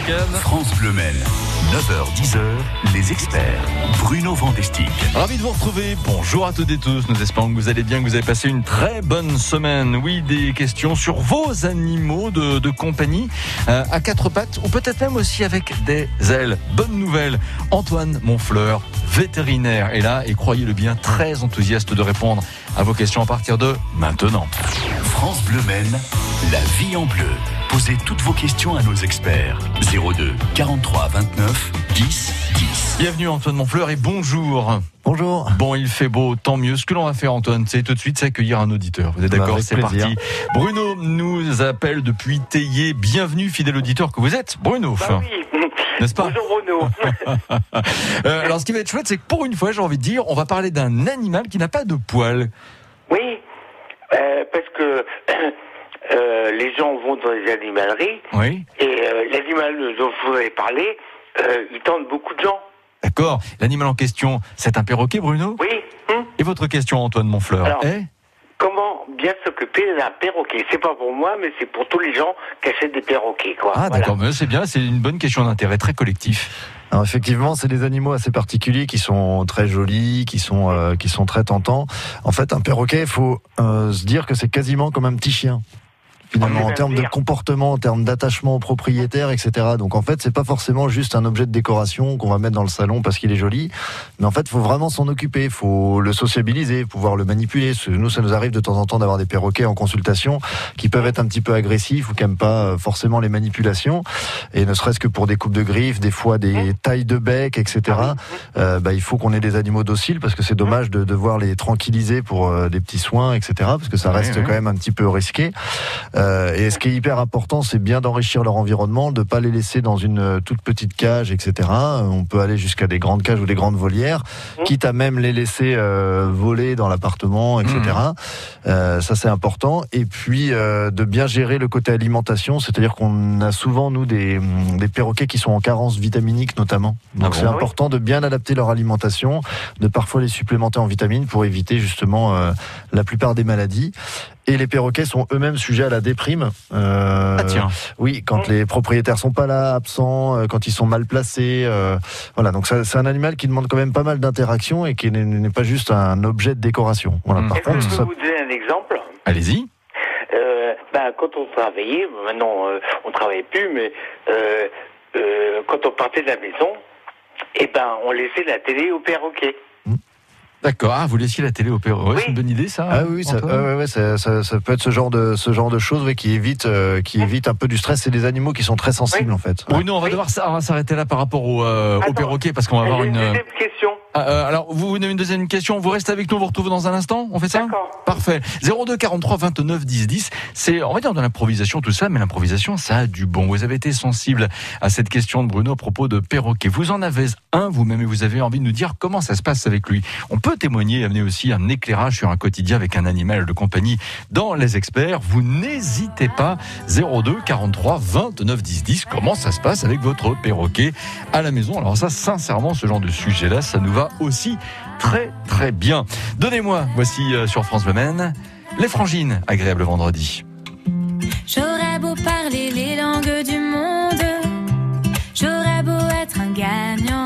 week-end. France Bleu Maine, 9h-10h, les experts. Bruno Vandestick. Ravi de vous retrouver. Bonjour à toutes et tous. Nous espérons que vous allez bien, que vous avez passé une très bonne semaine. Oui, des questions sur vos animaux de compagnie à quatre pattes ou peut-être même aussi avec des ailes. Bonne nouvelle. Antoine Monfleur, vétérinaire, est là et croyez-le bien, très enthousiaste de répondre à vos questions à partir de maintenant. France Bleu Maine, la vie en bleu. Posez toutes vos questions à nos experts. 02 43 29 10 10. Bienvenue Antoine Monfleur et bonjour. Bonjour. Bon, il fait beau, tant mieux. Ce que l'on va faire, Antoine, c'est tout de suite accueillir un auditeur. Vous êtes d'accord? C'est plaisir. parti. Bruno nous appelle depuis Théier. Bienvenue, fidèle auditeur que vous êtes, Bruno. Oui. N'est-ce pas? Bonjour Bruno. Alors, ce qui va être chouette, c'est que pour une fois, j'ai envie de dire, on va parler d'un animal qui n'a pas de poils. Oui, parce que les gens vont dans les animaleries Oui. et l'animal dont je voudrais parler, il tente beaucoup de gens. D'accord. L'animal en question, c'est un perroquet, Bruno? Oui. Et votre question, Antoine Monfleur? Alors, comment bien s'occuper d'un perroquet? C'est pas pour moi, mais c'est pour tous les gens qui achètent des perroquets, quoi. Ah, Voilà. d'accord. Mais c'est bien, c'est une bonne question d'intérêt très collectif. Alors effectivement, c'est des animaux assez particuliers qui sont très jolis, qui sont très tentants. En fait, un perroquet, il faut se dire que c'est quasiment comme un petit chien. Finalement, en termes de comportement, en termes d'attachement au propriétaire, etc. Donc en fait, c'est pas forcément juste un objet de décoration qu'on va mettre dans le salon parce qu'il est joli, mais en fait, il faut vraiment s'en occuper, il faut le sociabiliser, pouvoir le manipuler. Nous, ça nous arrive de temps en temps d'avoir des perroquets en consultation qui peuvent être un petit peu agressifs ou qui n'aiment pas forcément les manipulations, et ne serait-ce que pour des coupes de griffes, des fois des tailles de bec, etc. Il faut qu'on ait des animaux dociles parce que c'est dommage de devoir les tranquilliser pour des petits soins, etc. Parce que ça reste quand même un petit peu risqué. Et ce qui est hyper important, c'est bien d'enrichir leur environnement, de pas les laisser dans une toute petite cage, etc. On peut aller jusqu'à des grandes cages ou des grandes volières, quitte à même les laisser voler dans l'appartement, etc. Ça, c'est important. Et puis, de bien gérer le côté alimentation, c'est-à-dire qu'on a souvent, nous, des perroquets qui sont en carence vitaminique, notamment. Donc, c'est important de bien adapter leur alimentation, de parfois les supplémenter en vitamines pour éviter, justement, la plupart des maladies. Et les perroquets sont eux-mêmes sujets à la déprime. Tiens. Oui, quand les propriétaires sont pas là, absents, quand ils sont mal placés. Voilà, donc c'est un animal qui demande quand même pas mal d'interaction et qui n'est pas juste un objet de décoration. Voilà. Par Est-ce que contre, je peux vous donner un exemple? Allez-y. Quand on travaillait, maintenant on travaille plus, mais quand on partait de la maison, on laissait la télé au perroquet. D'accord. Ah, vous laissiez la télé au perroquet. Ouais, Oui. c'est une bonne idée, ça. ah oui, ça peut être ce genre de choses, qui évite un peu du stress. C'est des animaux qui sont très sensibles, en fait. Bruno, on va devoir s'arrêter là par rapport au perroquet parce qu'on va avoir Une une. deuxième question. Alors, vous avez une deuxième question. Vous restez avec nous. On vous retrouve dans un instant. On fait ça? D'accord. Parfait. 02 43 29 10 10. C'est, on va dire, de l'improvisation, tout ça, mais l'improvisation, ça a du bon. Vous avez été sensible à cette question de Bruno à propos de perroquet. Vous en avez un vous-même et vous avez envie de nous dire comment ça se passe avec lui. On peut témoigner et amener aussi un éclairage sur un quotidien avec un animal de compagnie dans les experts. Vous n'hésitez pas. 02 43 29 10 10. Comment ça se passe avec votre perroquet à la maison? Alors ça, sincèrement, ce genre de sujet-là, ça nous va aussi très très bien. Donnez-moi, voici sur France Bleu Maine, les Frangines, agréable vendredi. J'aurais beau parler les langues du monde, j'aurais beau être un gagnant,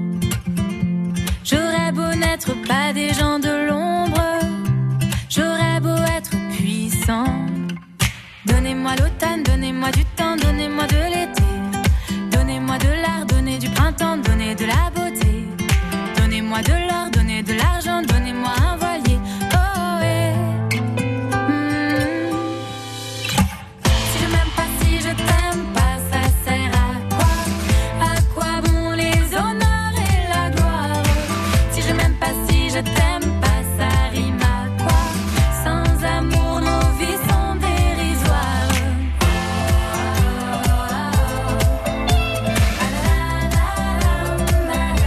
j'aurais beau n'être pas des gens de l'ombre, j'aurais beau être puissant. Donnez-moi l'automne, donnez-moi du temps, donnez-moi de l'été, donnez-moi de l'art, donnez du printemps, donnez de la beauté. Donnez-moi de l'or, donnez de l'argent, donnez-moi un voilier. Oh, ouais. Si je m'aime pas, si je t'aime pas, ça sert à quoi? À quoi bon les honneurs et la gloire? Si je m'aime pas, si je t'aime pas, ça rime à quoi? Sans amour, nos vies sont dérisoires. Oh, oh, oh, oh.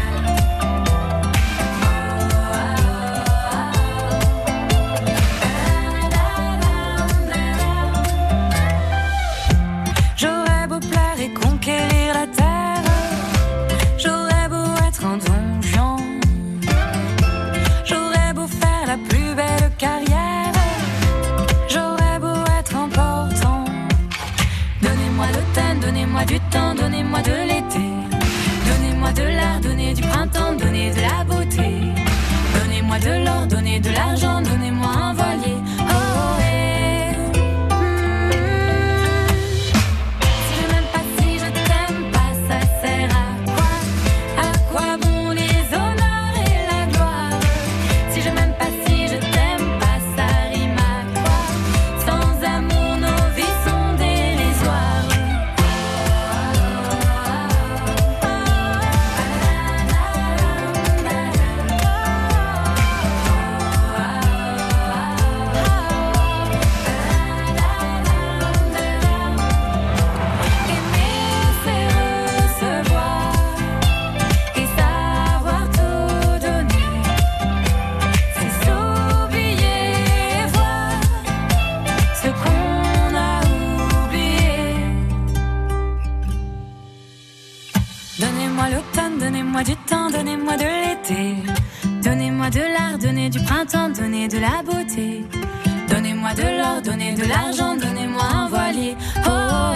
Donnez-moi l'automne, donnez-moi du temps, donnez-moi de l'été. Donnez-moi de l'art, donnez du printemps, donnez de la beauté. Donnez-moi de l'or, donnez de l'argent, donnez-moi un voilier. Oh,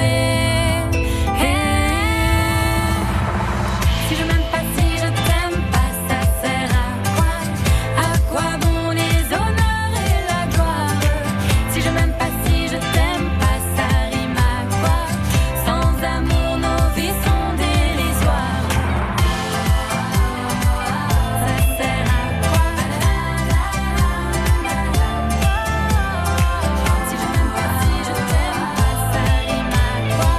Si je m'aime pas, si je t'aime pas, ça sert à quoi? À quoi bon les honneurs et la gloire? Si je m'aime pas, si je t'aime pas, ça rime à quoi? Sans amour, nos vies sont dérisoires. Ça sert à quoi? Si je m'aime pas, si je t'aime pas, ça rime à quoi?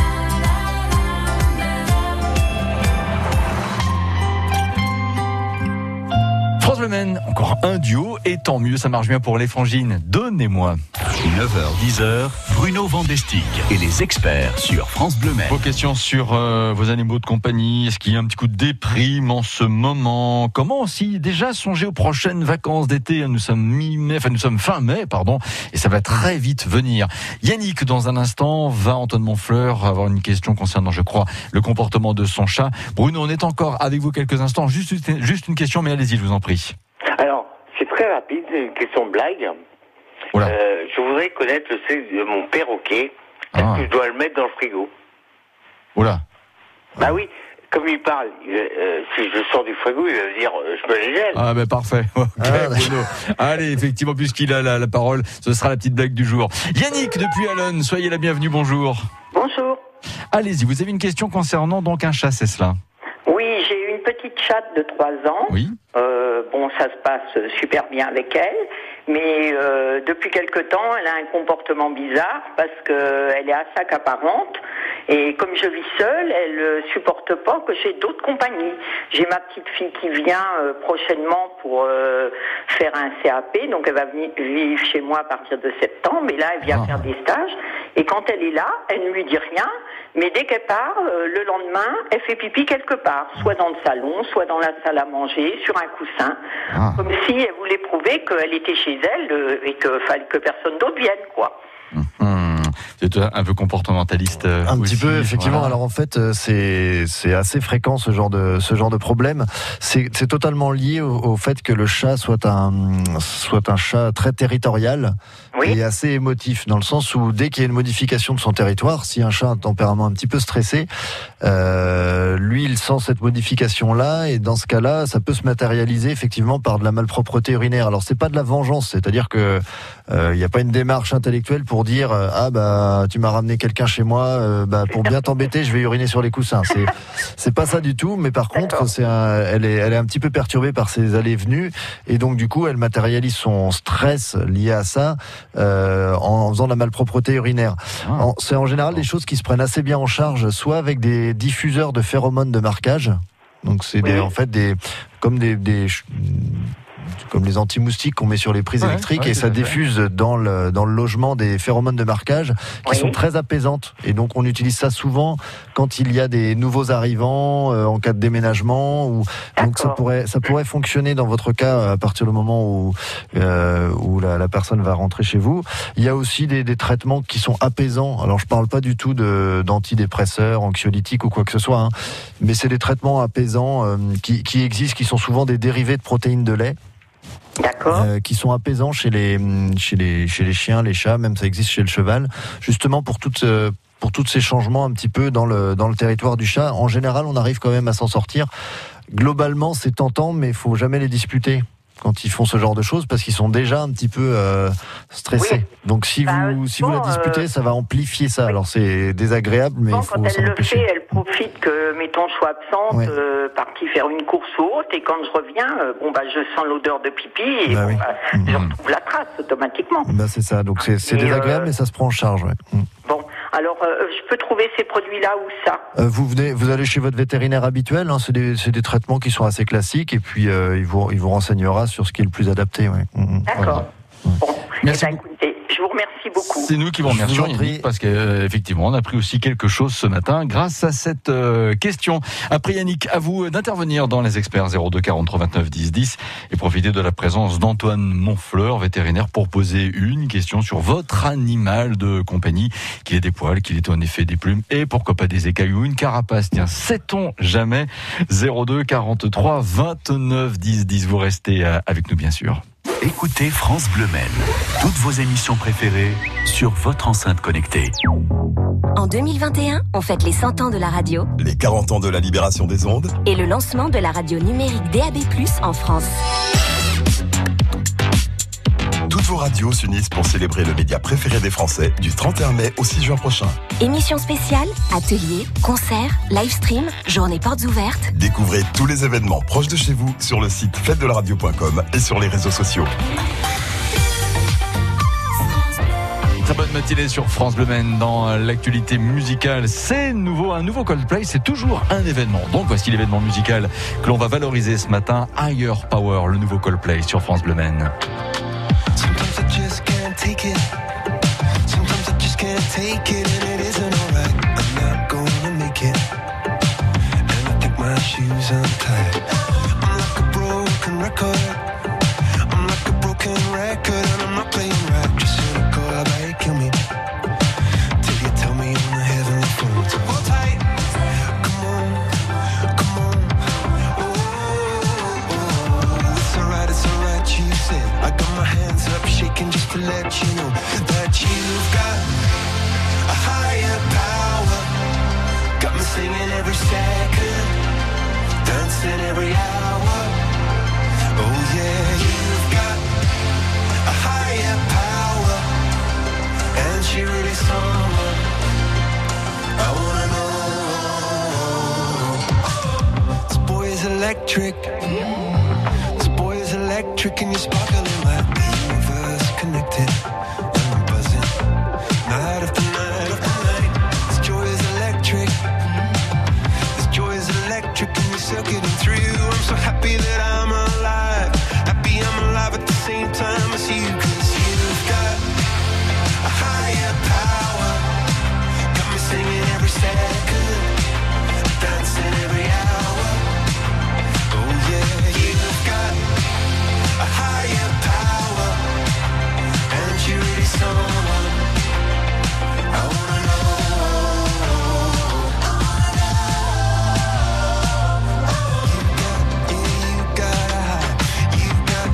France Bleu Maine, encore un duo, et tant mieux, ça marche bien pour les frangines. Donnez-moi. 9h, 10h, Bruno Vandestick et les experts sur France Bleu Maine. Vos questions sur vos animaux de compagnie. Est-ce qu'il y a un petit coup de déprime en ce moment? Comment aussi déjà songer aux prochaines vacances d'été? Nous sommes nous sommes fin mai, pardon, et ça va très vite venir. Yannick, dans un instant, va Antoine Monfleur avoir une question concernant, je crois, le comportement de son chat. Bruno, on est encore avec vous quelques instants. Juste une question, mais allez-y, je vous en prie. Alors, c'est très rapide, c'est une question de blague. Voilà. Je voudrais connaître le sexe de mon perroquet. Est-ce que je dois le mettre dans le frigo? Oula. Bah oui, comme il parle, si je le sors du frigo, il va me dire je me les gèle. Ah ben parfait. Okay, Bruno. Allez, effectivement, puisqu'il a la parole, ce sera la petite blague du jour. Yannick, depuis Allonne, soyez la bienvenue, bonjour. Bonjour. Allez-y, vous avez une question concernant donc un chat, c'est cela? Oui, j'ai une petite chatte de 3 ans. Oui. Bon, ça se passe super bien avec elle, mais depuis quelque temps, elle a un comportement bizarre parce qu'elle est assez accaparante. Et comme je vis seule, elle supporte pas que j'ai d'autres compagnies. J'ai ma petite fille qui vient prochainement pour faire un CAP, donc elle va venir vivre chez moi à partir de septembre. Et là, elle vient faire des stages. Et quand elle est là, elle ne lui dit rien. Mais dès qu'elle part, le lendemain, elle fait pipi quelque part, soit dans le salon, soit dans la salle à manger, sur un coussin, comme si elle voulait prouver qu'elle était chez elle et qu'il fallait que personne d'autre vienne, quoi. C'est un peu comportementaliste. Un aussi, petit peu, effectivement. Voilà. Alors en fait, c'est assez fréquent ce genre de problème. C'est totalement lié au fait que le chat soit un chat très territorial. Oui. Et assez émotif, dans le sens où dès qu'il y a une modification de son territoire, si un chat a un tempérament un petit peu stressé, lui il sent cette modification-là, et dans ce cas-là, ça peut se matérialiser effectivement par de la malpropreté urinaire. Alors c'est pas de la vengeance, c'est-à-dire que il n'y a pas une démarche intellectuelle pour dire ah bah tu m'as ramené quelqu'un chez moi, bah pour bien t'embêter, je vais uriner sur les coussins. C'est pas ça du tout, mais par contre elle est un petit peu perturbée par ses allées et venues, et donc du coup elle matérialise son stress lié à ça. En faisant de la malpropreté urinaire. C'est en général des choses qui se prennent assez bien en charge, soit avec des diffuseurs de phéromones de marquage. Donc c'est comme les anti-moustiques qu'on met sur les prises électriques, et ça diffuse dans le logement des phéromones de marquage qui sont très apaisantes. Et donc on utilise ça souvent quand il y a des nouveaux arrivants, en cas de déménagement. Donc ça pourrait fonctionner dans votre cas à partir du moment où la personne va rentrer chez vous. Il y a aussi des traitements qui sont apaisants. Alors je parle pas du tout d'antidépresseurs, anxiolytiques ou quoi que ce soit, mais c'est des traitements apaisants qui existent, qui sont souvent des dérivés de protéines de lait. D'accord. Qui sont apaisants chez les chiens, les chats, même ça existe chez le cheval, justement pour tous ces changements un petit peu dans le territoire du chat. En général, on arrive quand même à s'en sortir. Globalement, c'est tentant, mais il faut jamais les disputer quand ils font ce genre de choses, parce qu'ils sont déjà un petit peu stressés. Oui. Donc si vous la disputez, ça va amplifier ça. Alors c'est désagréable, mais il faut quand s'en elle empêcher. le fait, elle profite que, mettons, je sois absente, partie faire une course ou autre, et quand je reviens, je sens l'odeur de pipi, et je retrouve la trace automatiquement. C'est ça, donc c'est désagréable, mais ça se prend en charge. Bon, alors je peux trouver ces produits-là où ça? Vous allez chez votre vétérinaire habituel, c'est des traitements qui sont assez classiques, et puis il vous renseignera sur ce qui est le plus adapté. D'accord. Bon, Merci. Écoutez, je vous remercie beaucoup. C'est nous qui vous remercions, Yannick, parce qu'effectivement, on a appris aussi quelque chose ce matin grâce à cette question. Après, Yannick, à vous d'intervenir dans les experts 02 43 29 10 10 et profiter de la présence d'Antoine Monfleur, vétérinaire, pour poser une question sur votre animal de compagnie, qu'il ait des poils, qu'il ait en effet des plumes et pourquoi pas des écailles ou une carapace. Tiens, sait-on jamais? 02 43 29 10 10. Vous restez avec nous, bien sûr. Écoutez France Bleu Maine. Toutes vos émissions préférées sur votre enceinte connectée. En 2021, on fête les 100 ans de la radio, les 40 ans de la libération des ondes et le lancement de la radio numérique DAB+ en France. Toutes vos radios s'unissent pour célébrer le média préféré des Français du 31 mai au 6 juin prochain. Émissions spéciales, ateliers, concerts, live stream, journées portes ouvertes. Découvrez tous les événements proches de chez vous sur le site fêtedelaradio.com et sur les réseaux sociaux. Très bonne matinée sur France Bleu Maine. Dans l'actualité musicale, c'est un nouveau Coldplay, c'est toujours un événement. Donc voici l'événement musical que l'on va valoriser ce matin, Higher Power, le nouveau Coldplay sur France Bleu Maine. Sometimes I just can't take it. Sometimes I just can't take it, and it isn't alright. I'm not gonna make it. And I think my shoes untied. I'm like a broken record. I'm like a broken record, and I'm not playing right. Just cynical, I bet kill me. Till you tell me on the heavenly phone. So hold tight. Come on, come on. Oh, it's alright, you said. I got my hands up shaking just to let you know that you've got a higher power. Got me singing every second, dancing every hour. Oh yeah, you've got a higher power, and she really someone I wanna know. This boy is electric. This boy is electric, and you're sparkling like the universe connected. And I'm buzzing night after night after night. This joy is electric. This joy is electric, and you're circuiting through. I'm so happy that I'm alive. Happy I'm alive at the same time as you. 'Cause you've got a higher power. Got me singing every second, dancing every hour. Oh yeah, you've got a higher power, and you're really someone I wanna know. You got a high, you got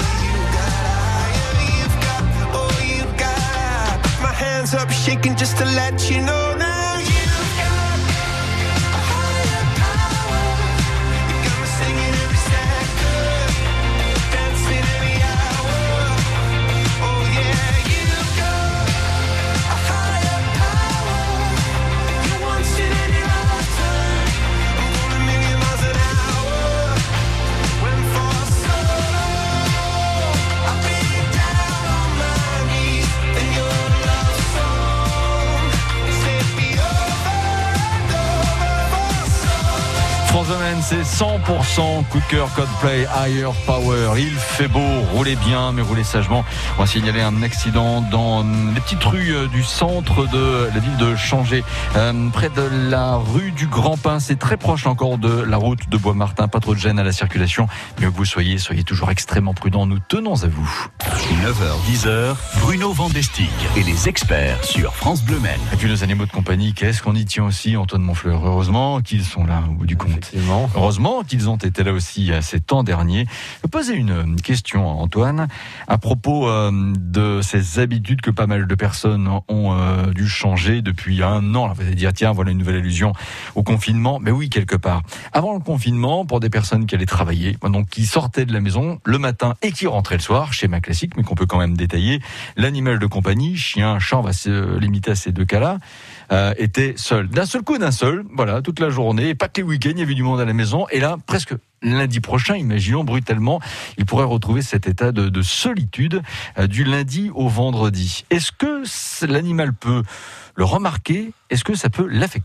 higher, you've got, oh you got. My hands up shaking just to let you know now. You've got a higher power. You got me singing every second, dancing every hour. Oh yeah, you've got a higher power. You want it in your lifetime. I'm going a million miles an hour. Went for so long, I've been down on my knees in your love song. Say it be over and over for so long. France Bleu Maine, c'est 100% coup de cœur Coldplay, Higher Power. Il fait beau, roulez bien, mais roulez sagement. On va signaler un accident dans les petites rues du centre de la ville de Changé, près de la rue du Grand Pin. C'est très proche encore de la route de Bois-Martin. Pas trop de gêne à la circulation. Mieux que vous soyez toujours extrêmement prudents. Nous tenons à vous. 9h, 10h, Bruno Vandestick et les experts sur France Bleu Maine. Et puis nos animaux de compagnie, qu'est-ce qu'on y tient aussi, Antoine Monfleur. Heureusement qu'ils sont là au bout du compte. Effectivement. Heureusement qu'ils ont été là aussi ces temps derniers. Je vais poser une question à Antoine à propos de ces habitudes que pas mal de personnes ont dû changer depuis un an. Alors vous allez dire, tiens, voilà une nouvelle allusion au confinement. Mais oui, quelque part. Avant le confinement, pour des personnes qui allaient travailler, donc qui sortaient de la maison le matin et qui rentraient le soir, schéma classique, mais qu'on peut quand même détailler, l'animal de compagnie, chien, chat, on va se limiter à ces deux cas-là, était seul. D'un seul coup, voilà, toute la journée, pas que les week-ends, il y avait du monde à la maison, et là, presque lundi prochain, imaginons brutalement, il pourrait retrouver cet état de solitude du lundi au vendredi. Est-ce que l'animal peut le remarquer? Est-ce que ça peut l'affecter?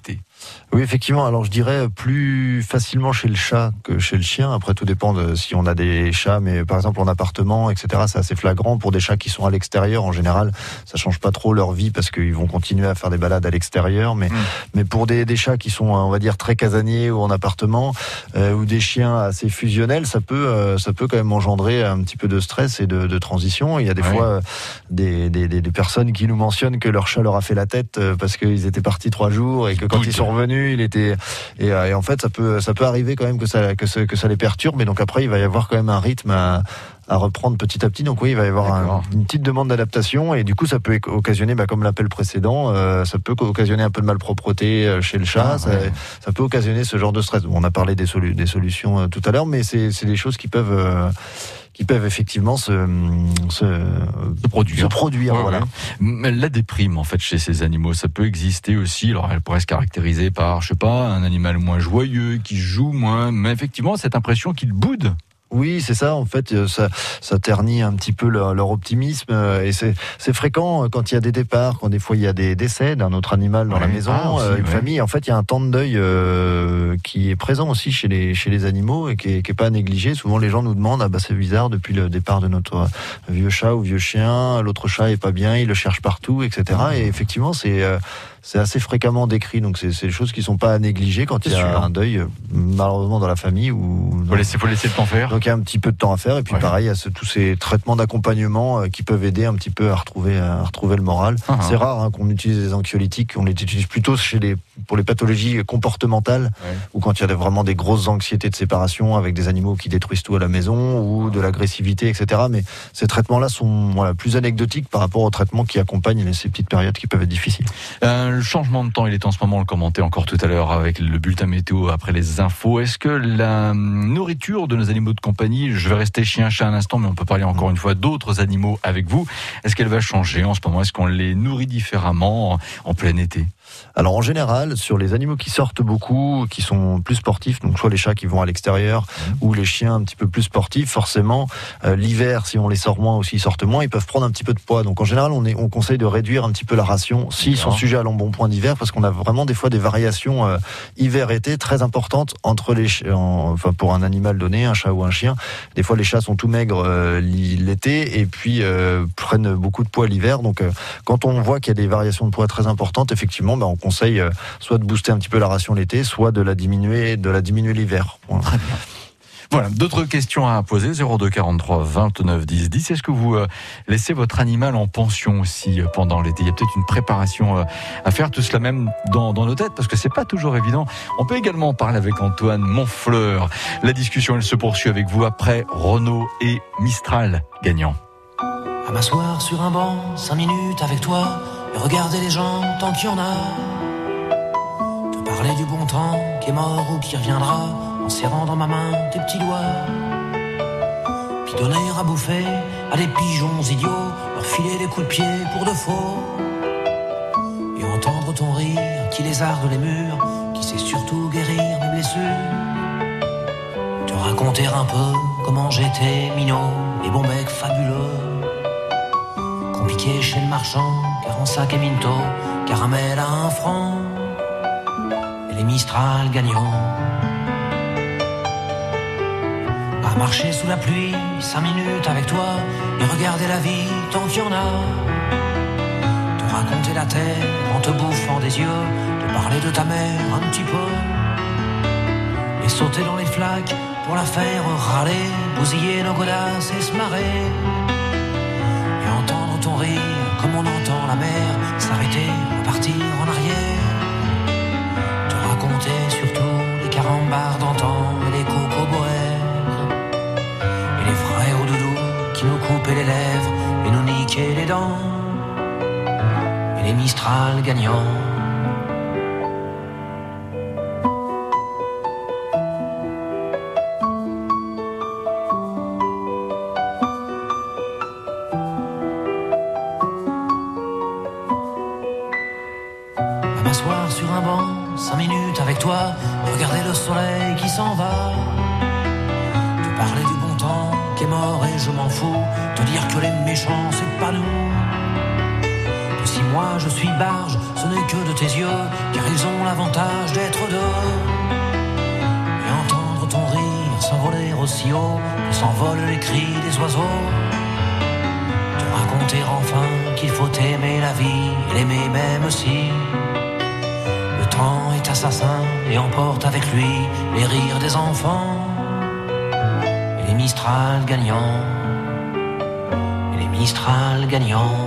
Oui, effectivement. Alors, je dirais plus facilement chez le chat que chez le chien. Après, tout dépend de si on a des chats, mais par exemple en appartement, etc., c'est assez flagrant. Pour des chats qui sont à l'extérieur, en général, ça change pas trop leur vie parce qu'ils vont continuer à faire des balades à l'extérieur. Mais pour des chats qui sont, on va dire, très casaniers ou en appartement, ou des chiens assez fusionnels, ça peut quand même engendrer un petit peu de stress et de transition. Il y a des fois des personnes qui nous mentionnent que leur chat leur a fait la tête parce qu'ils étaient partis 3 jours et que quand ils sont revenus, il était et en fait ça peut arriver quand même que ça les perturbe. Et donc après il va y avoir quand même un rythme à reprendre petit à petit. Donc oui, il va y avoir une petite demande d'adaptation et du coup ça peut occasionner, comme l'appel précédent, ça peut occasionner un peu de malpropreté chez le chat. Ça peut occasionner ce genre de stress. On a parlé des solutions tout à l'heure, mais c'est des choses qui peuvent effectivement se produire. Voilà. La déprime, en fait, chez ces animaux, ça peut exister aussi. Alors, elle pourrait se caractériser par, je sais pas, un animal moins joyeux, qui joue moins, mais effectivement, cette impression qu'il boude. Oui, c'est ça. En fait, ça ternit un petit peu leur optimisme. Et c'est fréquent quand il y a des départs, quand des fois il y a des décès d'un autre animal dans la maison, une famille. En fait, il y a un temps de deuil qui est présent aussi chez les animaux et qui est pas négligé. Souvent, les gens nous demandent c'est bizarre depuis le départ de notre vieux chat ou vieux chien, l'autre chat est pas bien, il le cherche partout, etc. Et effectivement, c'est assez fréquemment décrit, donc c'est des choses qui sont pas à négliger quand il y a un deuil, malheureusement dans la famille. Faut laisser le temps faire. Donc il y a un petit peu de temps à faire, et puis pareil, il y a tous ces traitements d'accompagnement qui peuvent aider un petit peu à retrouver le moral. C'est rare qu'on utilise des anxiolytiques, on les utilise plutôt pour les pathologies comportementales, ou quand il y a vraiment des grosses anxiétés de séparation avec des animaux qui détruisent tout à la maison, ou de l'agressivité, etc. Mais ces traitements-là sont plus anecdotiques par rapport aux traitements qui accompagnent ces petites périodes qui peuvent être difficiles. Le changement de temps, il est en ce moment, on le commentait encore tout à l'heure avec le bulletin météo après les infos. Est-ce que la nourriture de nos animaux de compagnie, je vais rester chien-chat un instant, mais on peut parler encore une fois d'autres animaux avec vous, est-ce qu'elle va changer en ce moment? Est-ce qu'on les nourrit différemment en plein été? Alors en général, sur les animaux qui sortent beaucoup, qui sont plus sportifs, donc soit les chats qui vont à l'extérieur ou les chiens un petit peu plus sportifs, forcément l'hiver, si on les sort moins ou s'ils sortent moins, ils peuvent prendre un petit peu de poids. Donc en général, on conseille de réduire un petit peu la ration s'ils sont sujets à l'embonpoint d'hiver, parce qu'on a vraiment des fois des variations hiver-été très importantes entre pour un animal donné, un chat ou un chien. Des fois les chats sont tout maigres l'été et puis prennent beaucoup de poids l'hiver. Donc quand on voit qu'il y a des variations de poids très importantes, effectivement, on conseille soit de booster un petit peu la ration l'été, soit de la diminuer l'hiver. Voilà. Très bien. Voilà, d'autres questions à poser, 02 43 29 10 10. Est-ce que vous laissez votre animal en pension aussi pendant l'été? Il y a peut-être une préparation à faire, tout cela même dans nos têtes, parce que c'est pas toujours évident. On peut également en parler avec Antoine Monfleur. La discussion, elle se poursuit avec vous après Renault et Mistral gagnant. À m'asseoir sur un banc, 5 minutes avec toi, et regarder les gens tant qu'il y en a. Te parler du bon temps qui est mort ou qui reviendra, en serrant dans ma main tes petits doigts. Puis donner à bouffer à des pigeons idiots, leur filer des coups de pied pour de faux. Et entendre ton rire qui lézarde les murs, qui sait surtout guérir mes blessures. Te raconter un peu comment j'étais minot et bon mec fabuleux. Compliqué chez le marchand, car en sac et minto, caramel à 1 franc, et les Mistral gagnants. À marcher sous la pluie, 5 minutes avec toi, et regarder la vie tant qu'il y en a. Te raconter la terre en te bouffant des yeux, te parler de ta mère un petit peu, et sauter dans les flaques pour la faire râler, bousiller nos godasses et se marrer. Et entendre ton rire comme on entend la mer s'arrêter, repartir en arrière. Te raconter surtout les carambars d'antan et les cocoboères, et les frères au doudou qui nous coupaient les lèvres et nous niquaient les dents, et les Mistral gagnants. M'asseoir sur un banc, 5 minutes avec toi, et regarder le soleil qui s'en va. Te parler du bon temps qui est mort et je m'en fous, te dire que les méchants c'est pas nous. Te si moi je suis barge, ce n'est que de tes yeux, car ils ont l'avantage d'être deux. Et entendre ton rire s'envoler aussi haut que s'envolent les cris des oiseaux. Te raconter enfin qu'il faut aimer la vie, et l'aimer même si le temps est assassin et emporte avec lui les rires des enfants et les Mistral gagnants, et les Mistral gagnants.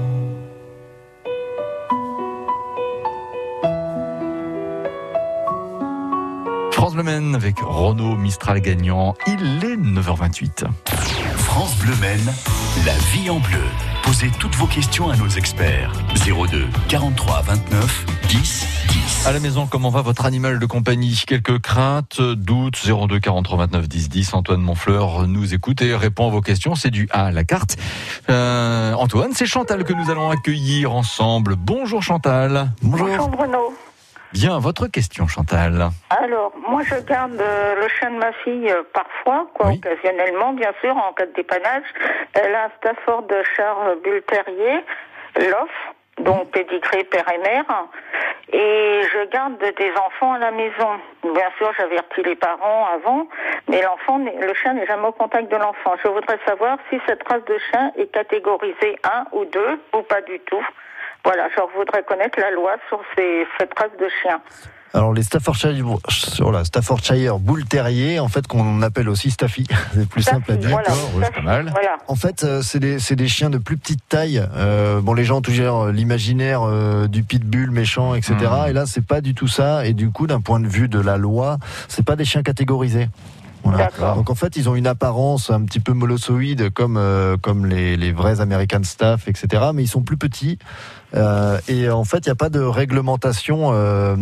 France Bleu Maine avec Renaud Mistral gagnant. Il est 9h28. France Bleu Maine, la vie en bleu. Posez toutes vos questions à nos experts. 02 43 29 10 10. À la maison, comment va votre animal de compagnie? Quelques craintes, doutes? 02 43 29 10 10. Antoine Monfleur nous écoute et répond à vos questions. C'est du A à la carte. Antoine, c'est Chantal que nous allons accueillir ensemble. Bonjour Chantal. Bonjour Bruno. Bien, votre question Chantal. Alors, moi je garde le chien de ma fille parfois, occasionnellement bien sûr, en cas de dépannage. Elle a un Staffordshire Bull Terrier, Loff, donc pédigré père et mère. Et je garde des enfants à la maison. Bien sûr, j'avertis les parents avant, mais le chien n'est jamais au contact de l'enfant. Je voudrais savoir si cette race de chien est catégorisée 1 ou 2 ou pas du tout. Voilà, je voudrais connaître la loi sur cette race de chien. Alors les Staffordshire Bull Terrier, en fait qu'on appelle aussi Staffy, c'est plus simple à dire. Voilà, c'est pas mal. Voilà. En fait, c'est des chiens de plus petite taille. Les gens ont toujours l'imaginaire du pitbull méchant, etc. Et là, c'est pas du tout ça. Et du coup, d'un point de vue de la loi, c'est pas des chiens catégorisés. Voilà. Donc en fait, ils ont une apparence un petit peu molossoïde comme les vrais American Staff, etc. Mais ils sont plus petits. Et en fait, il n'y a pas de réglementation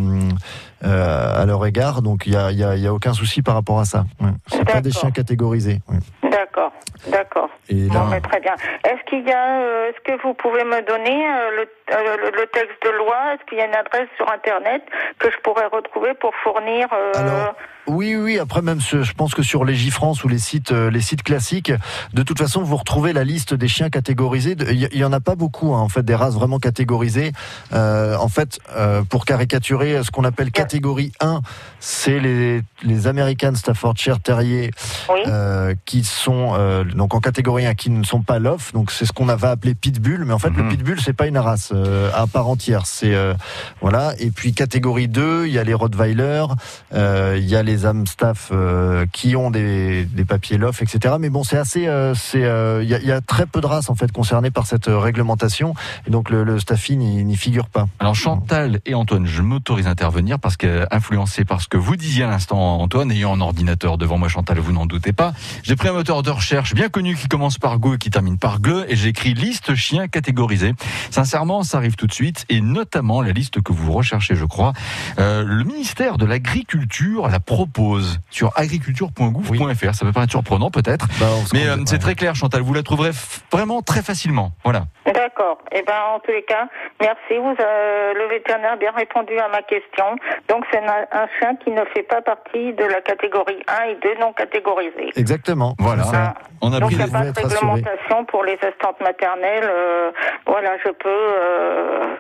à leur égard, donc il y a aucun souci par rapport à ça. Ouais. C'est pas des chiens catégorisés. Ouais. D'accord. Et là... mais très bien. Est-ce que vous pouvez me donner le texte de loi? Est-ce qu'il y a une adresse sur Internet que je pourrais retrouver pour fournir Alors, oui. Après, même, je pense que sur Légifrance ou les sites classiques, de toute façon, vous retrouvez la liste des chiens catégorisés. Il y en a pas beaucoup, en fait, des races vraiment catégorisées. En fait, pour caricaturer, ce qu'on appelle catégorie 1, c'est les American Staffordshire Terrier, qui sont donc en catégorie 1, qui ne sont pas Loff. Donc c'est ce qu'on avait appelé pitbull, mais en fait le pitbull c'est pas une race à part entière. C'est voilà. Et puis catégorie 2, il y a les Rottweiler, il y a les Amstaff qui ont des papiers Loff, etc. Mais bon, c'est assez, il y a très peu de races en fait concernées par cette réglementation, et donc le Staffy n'y figure pas. Alors Chantal et Antoine, je m'autorise à intervenir parce que influencé par ce que vous disiez à l'instant, Antoine, ayant un ordinateur devant moi, Chantal, vous n'en doutez pas. J'ai pris un moteur de recherche bien connu qui commence par Go et qui termine par Gle, et j'ai écrit liste chiens catégorisés. Sincèrement, ça arrive tout de suite, et notamment la liste que vous recherchez, je crois. Le ministère de l'Agriculture la propose sur agriculture.gouv.fr. Ça peut paraître surprenant peut-être, mais c'est très clair, Chantal. Vous la trouverez vraiment très facilement. Voilà. D'accord. En tous les cas, merci. Le vétérinaire a bien répondu à ma question. Donc c'est un chien qui ne fait pas partie de la catégorie 1 et 2 non catégorisés. Exactement. Voilà. On a donc pris il n'y a pas de réglementation pour les assistantes maternelles. Voilà, je peux.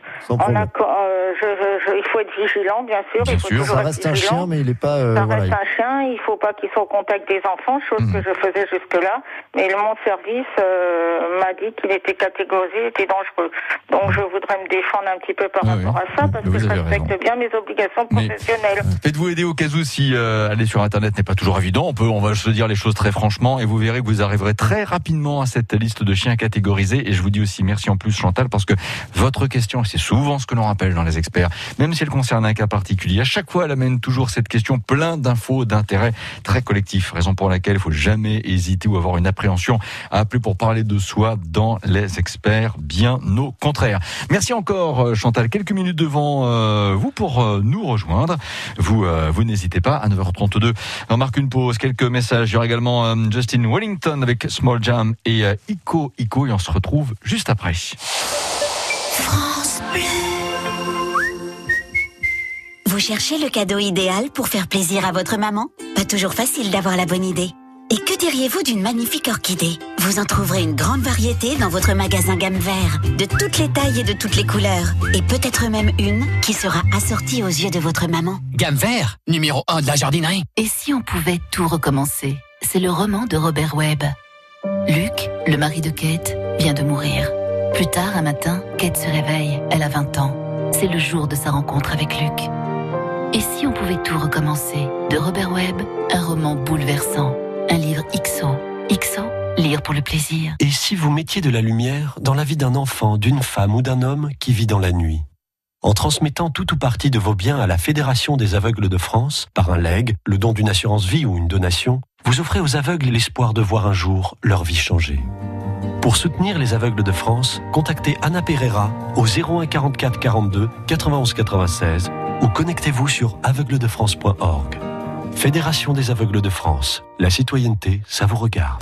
Il faut être vigilant, bien sûr. Bien sûr. Ça reste un chien, mais il n'est pas. Ça reste un chien. Il ne faut pas qu'il soit au contact des enfants, chose que je faisais jusque-là. Mais mon service m'a dit qu'il était catégorisé, était dangereux. Donc je voudrais me défendre un petit peu par rapport à ça, parce que je respecte bien mes obligations professionnelles. Faites-vous aider au cas où si aller sur Internet n'est pas toujours évident. On va se dire les choses très franchement, et vous verrez que vous arriverez très rapidement à cette liste de chiens catégorisés. Et je vous dis aussi merci en plus, Chantal, parce que votre question, c'est souvent ce que l'on rappelle dans les experts, même si elle concerne un cas particulier, à chaque fois elle amène toujours cette question plein d'infos, d'intérêts très collectifs, raison pour laquelle il faut jamais hésiter ou avoir une appréhension à appeler pour parler de soi dans les experts, bien au contraire. Merci encore, Chantal. Quelques minutes devant vous pour nous rejoindre. Vous n'hésitez pas. À 9h32, on marque une pause. Quelques messages. Il y aura également Justin Wellington avec Small Jam et Ico, et on se retrouve juste après. France Bleu. Vous cherchez le cadeau idéal pour faire plaisir à votre maman? Pas toujours facile d'avoir la bonne idée. Et que diriez-vous d'une magnifique orchidée? Vous en trouverez une grande variété dans votre magasin Gamme Vert, de toutes les tailles et de toutes les couleurs. Et peut-être même une qui sera assortie aux yeux de votre maman. Gamme Vert, numéro 1 de la jardinerie. Et si on pouvait tout recommencer? C'est le roman de Robert Webb. Luc, le mari de Kate, vient de mourir. Plus tard, un matin, Kate se réveille. Elle a 20 ans. C'est le jour de sa rencontre avec Luc. Et si on pouvait tout recommencer? De Robert Webb, un roman bouleversant. Un livre XO. XO, lire pour le plaisir. Et si vous mettiez de la lumière dans la vie d'un enfant, d'une femme ou d'un homme qui vit dans la nuit? En transmettant tout ou partie de vos biens à la Fédération des aveugles de France, par un legs, le don d'une assurance vie ou une donation, vous offrez aux aveugles l'espoir de voir un jour leur vie changer. Pour soutenir les aveugles de France, contactez Anna Pereira au 01 44 42 91 96 ou connectez-vous sur aveugledefrance.org. Fédération des aveugles de France. La citoyenneté, ça vous regarde.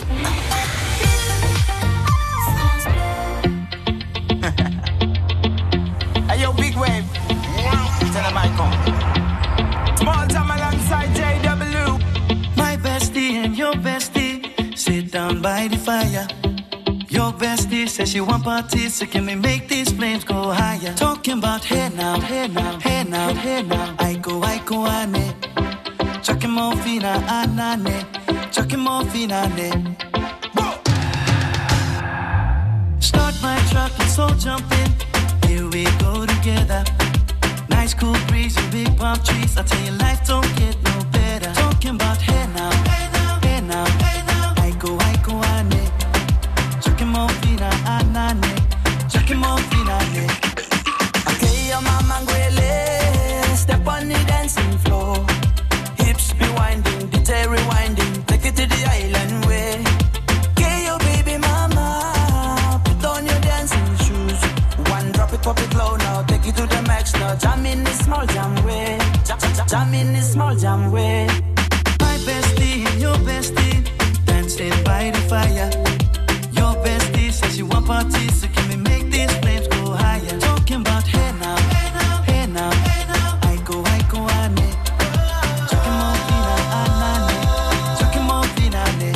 Hey yo, big wave. Tell them I come. Small time alongside JW. My bestie and your bestie sit down by the fire. Your bestie says she want parties, so can we make these flames go higher? Talking about hey now, hey now, hey now, hey now. I go, ane. Chucking more fina, anane. Chucking more fina, ne. Start my truck, let's all jump in. Here we go together. Nice cool breeze and big palm trees. I tell you, life don't get no better. Talking about hey now, hey now, hey now, hey now. I go, ane. Chucking more fina, anane. Chucking more fina, ne. Okay, your mama ngwele. Step on the dancing floor. Hips be winding, detail rewinding. Take it to the island way. Okay, your baby mama. Put on your dancing shoes. One drop it, pop it low now. Take it to the max now. Jam in this small jam way. Jam in this small jam way. My bestie and your bestie dancing by the fire. Your bestie says you want parties, so can we make these flames go higher? Talking about hey now, hey now, hey now, hey now. I go, ane. Chucking more fina, anane. Chucking more fina, ne.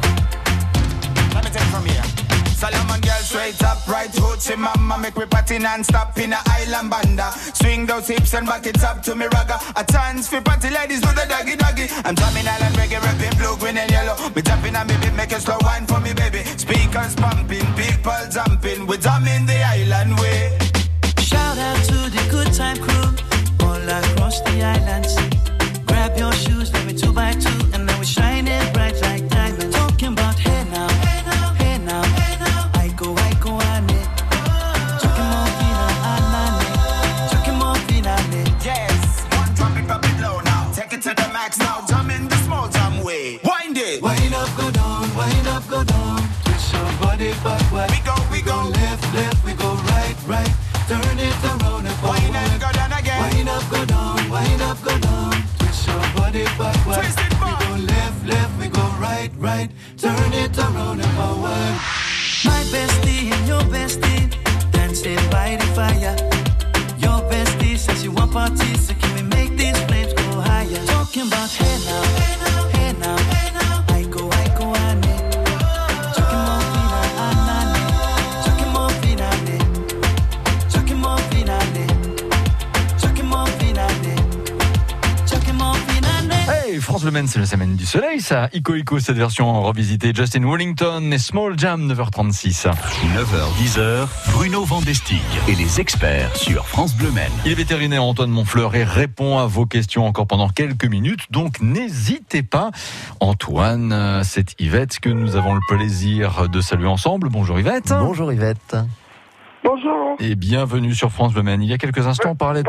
Let me take it from here. Solomon girl straight up, right hoochie mama. Make me party non-stop in a island banda. Swing those hips and back it up to me ragga. A chance for party ladies do the doggy doggy. I'm drumming island reggae, rapping blue, green and yellow. Me tapping on me beat, make a slow wine for me baby. Speakers pumping, people jumping. We drumming the island way. Shout out to the good time crew all across the islands. Grab your shoes, let me 2x2, and now we're shining bright like diamonds. Talking about hey now, hey now, hey now, hey now. I go, ane. Chucking more fina, anane. Chucking more fina, ne. Yes, one drop it, pop it low now. Take it to the max now. Jump in the small jam way. Wind it. Wind up, go down, wind up, go down. Twist your body backward. We go left, left, we go right, right. Turn it around and forward. Wind up, go down again. Wind up, go down, wind up, go down. Twist your body backward. Twist it back. We go left, left, we go right, right. Turn it around and forward. My bestie and your bestie dancing by the fire. Your bestie says you want parties, so can we make these flames go higher? Talking about hey now, hey now, hey now, hey now. I go, ane. Chucking more fina, anane. Chucking more fina, ne. Chucking more fina, ne. Chucking more fina, ne. Chucking more fina, ne. Hey, France Bleu Maine, c'est la semaine du soleil, ça. Ico, cette version revisitée. Justin Wellington et Small Jam, 9h36. 9h-10h, Bruno Vandestigue et les experts sur France Bleu Maine. Il est vétérinaire Antoine Monfleur et répond à vos questions encore pendant quelques minutes. Donc n'hésitez pas. Antoine, c'est Yvette que nous avons le plaisir de saluer ensemble. Bonjour Yvette. Bonjour Yvette. Bonjour. Et bienvenue sur France Bleu Maine. Il y a quelques instants, on parlait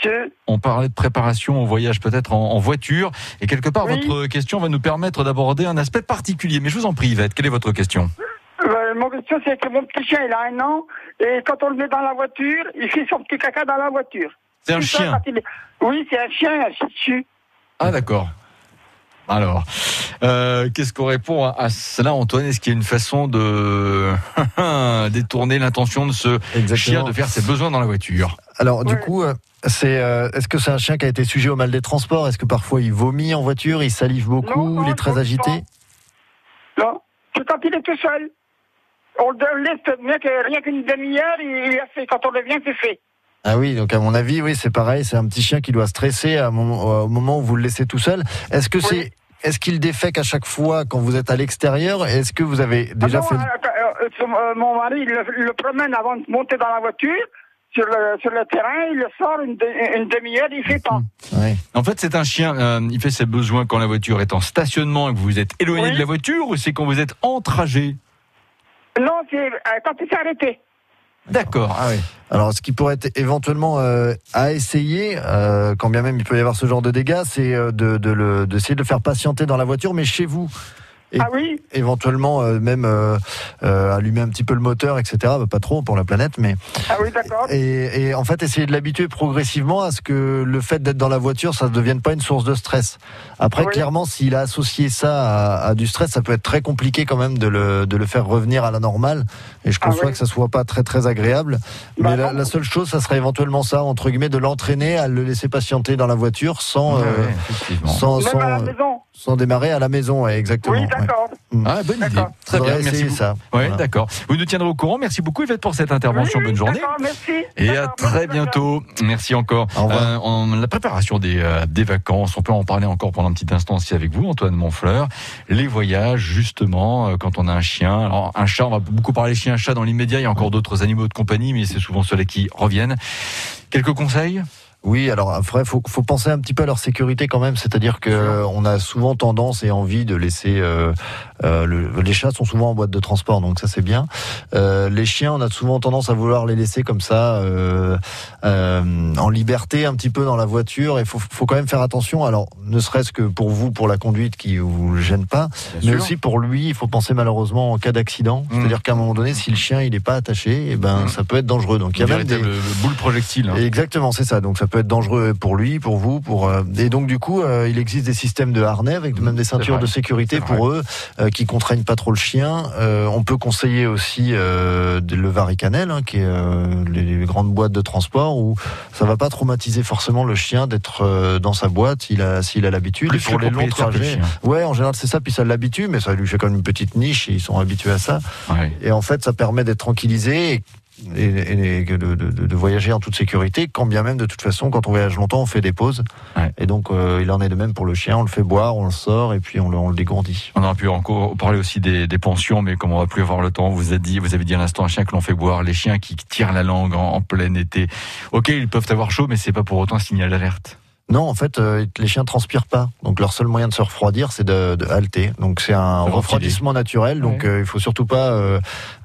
de préparation au voyage peut-être en voiture. Et quelque part, votre question va nous permettre d'aborder un aspect particulier. Mais je vous en prie Yvette, quelle est votre question ? Mon question, c'est que mon petit chien, il a 1 an. Et quand on le met dans la voiture, il fait son petit caca dans la voiture. C'est un chien ? Oui, c'est un chien, un shih tzu. Ah d'accord. Alors, qu'est-ce qu'on répond à cela, Antoine ? Est-ce qu'il y a une façon de détourner l'intention de ce chien de faire ses besoins dans la voiture ? Alors, du coup, est-ce que c'est un chien qui a été sujet au mal des transports ? Est-ce que parfois il vomit en voiture, il salive beaucoup, il est très agité ? Non, c'est quand il est tout seul. On le laisse rien qu'une demi-heure, il a fait. Quand on revient, c'est fait. Ah oui, donc à mon avis, oui, c'est pareil. C'est un petit chien qui doit stresser au moment où vous le laissez tout seul. Est-ce qu'il défèque à chaque fois quand vous êtes à l'extérieur? Est-ce que vous avez déjà fait... Mon mari, il le promène avant de monter dans la voiture. Sur le terrain, il le sort une demi-heure, il fait pas. Ouais. En fait, c'est un chien, il fait ses besoins quand la voiture est en stationnement et que vous êtes éloigné de la voiture, ou c'est quand vous êtes en trajet? Non, c'est quand il s'est arrêté. D'accord. Ah oui. Alors, ce qui pourrait être éventuellement à essayer, quand bien même il peut y avoir ce genre de dégâts, c'est d'essayer de le faire patienter dans la voiture, mais chez vous. Et éventuellement même allumer un petit peu le moteur, etc. Pas trop pour la planète, mais d'accord. Et en fait essayer de l'habituer progressivement à ce que le fait d'être dans la voiture, ça ne devienne pas une source de stress. Après, clairement, s'il a associé ça à du stress, ça peut être très compliqué quand même de le faire revenir à la normale. Et je conçois que ça soit pas très très agréable. Mais la seule chose, ça serait éventuellement ça, entre guillemets, de l'entraîner à le laisser patienter dans la voiture sans démarrer à la maison, exactement. Oui, d'accord. Ah, bonne idée. Très bien, merci beaucoup. Ça. Oui, d'accord. Vous nous tiendrez au courant. Merci beaucoup, Yvette, pour cette intervention. Bonne journée. Merci. Et à très bientôt. Merci encore. En la préparation des vacances, on peut en parler encore pendant un petit instant aussi avec vous, Antoine Monfleur. Les voyages, justement, quand on a un chien. Alors, un chat, on va beaucoup parler chien, chat dans l'immédiat. Il y a encore d'autres animaux de compagnie, mais c'est souvent ceux-là qui reviennent. Quelques conseils? Oui, alors après, faut penser un petit peu à leur sécurité quand même. C'est-à-dire que on a souvent tendance et envie de laisser. Les chats sont souvent en boîte de transport, donc ça c'est bien. Les chiens, on a souvent tendance à vouloir les laisser comme ça, en liberté, un petit peu dans la voiture. Et faut quand même faire attention. Alors, ne serait-ce que pour vous, pour la conduite qui vous gêne pas, mais aussi pour lui, il faut penser malheureusement en cas d'accident. C'est-à-dire qu'à un moment donné, si le chien il est pas attaché, ça peut être dangereux. Donc il y a même des boule projectile. Exactement, c'est ça. Donc ça peut être dangereux pour lui, pour vous, et donc du coup, il existe des systèmes de harnais avec même des ceintures de sécurité pour eux qui contraignent pas trop le chien. On peut conseiller aussi le Varicanel, qui est les grandes boîtes de transport où ça va pas traumatiser forcément le chien d'être dans sa boîte s'il a l'habitude. Plus et pour les longs trajets, en général c'est ça, puis ça l'habitue, mais ça lui fait quand même une petite niche et ils sont habitués à ça. Et en fait, ça permet d'être tranquillisé et de voyager en toute sécurité, quand bien même de toute façon quand on voyage longtemps on fait des pauses et donc il en est de même pour le chien, on le fait boire, on le sort et puis on le dégourdit. On aurait pu encore parler aussi des pensions, mais comme on va plus avoir le temps, vous avez dit à l'instant un chien que l'on fait boire, les chiens qui tirent la langue en plein été, ok, ils peuvent avoir chaud mais c'est pas pour autant un signal d'alerte. Non, en fait, les chiens transpirent pas. Donc leur seul moyen de se refroidir, c'est de halter. Donc c'est un refroidissement naturel. Donc il faut surtout pas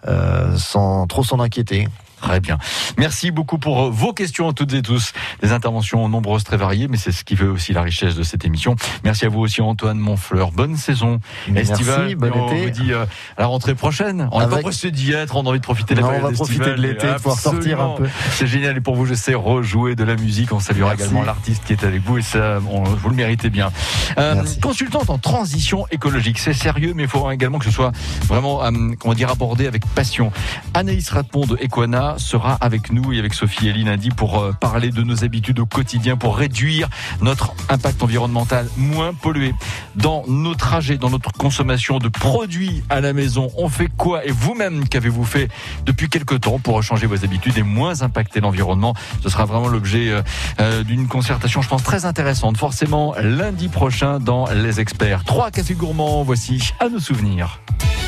trop s'en inquiéter. Très bien. Merci beaucoup pour vos questions toutes et tous. Des interventions nombreuses, très variées, mais c'est ce qui fait aussi la richesse de cette émission. Merci à vous aussi, Antoine Monfleur. Bonne saison estivale. Merci, bon été. On vous dit à la rentrée prochaine. On n'a pas pressé d'y être, on a envie de profiter de la période estivale. On va profiter de l'été, pouvoir sortir un peu. C'est génial. Et pour vous, je sais rejouer de la musique. On saluera également l'artiste qui est avec vous et ça, vous le méritez bien. Consultante en transition écologique. C'est sérieux, mais il faut également que ce soit vraiment, abordé avec passion. Anaïs Ratmon de Equana sera avec nous et avec Sophie Elie lundi pour parler de nos habitudes au quotidien pour réduire notre impact environnemental, moins polluer. Dans nos trajets, dans notre consommation de produits à la maison, on fait quoi? Et vous-même, qu'avez-vous fait depuis quelque temps pour changer vos habitudes et moins impacter l'environnement? Ce sera vraiment l'objet d'une concertation, je pense, très intéressante. Forcément, lundi prochain dans Les Experts. 3 cafés gourmands, voici à nos souvenirs.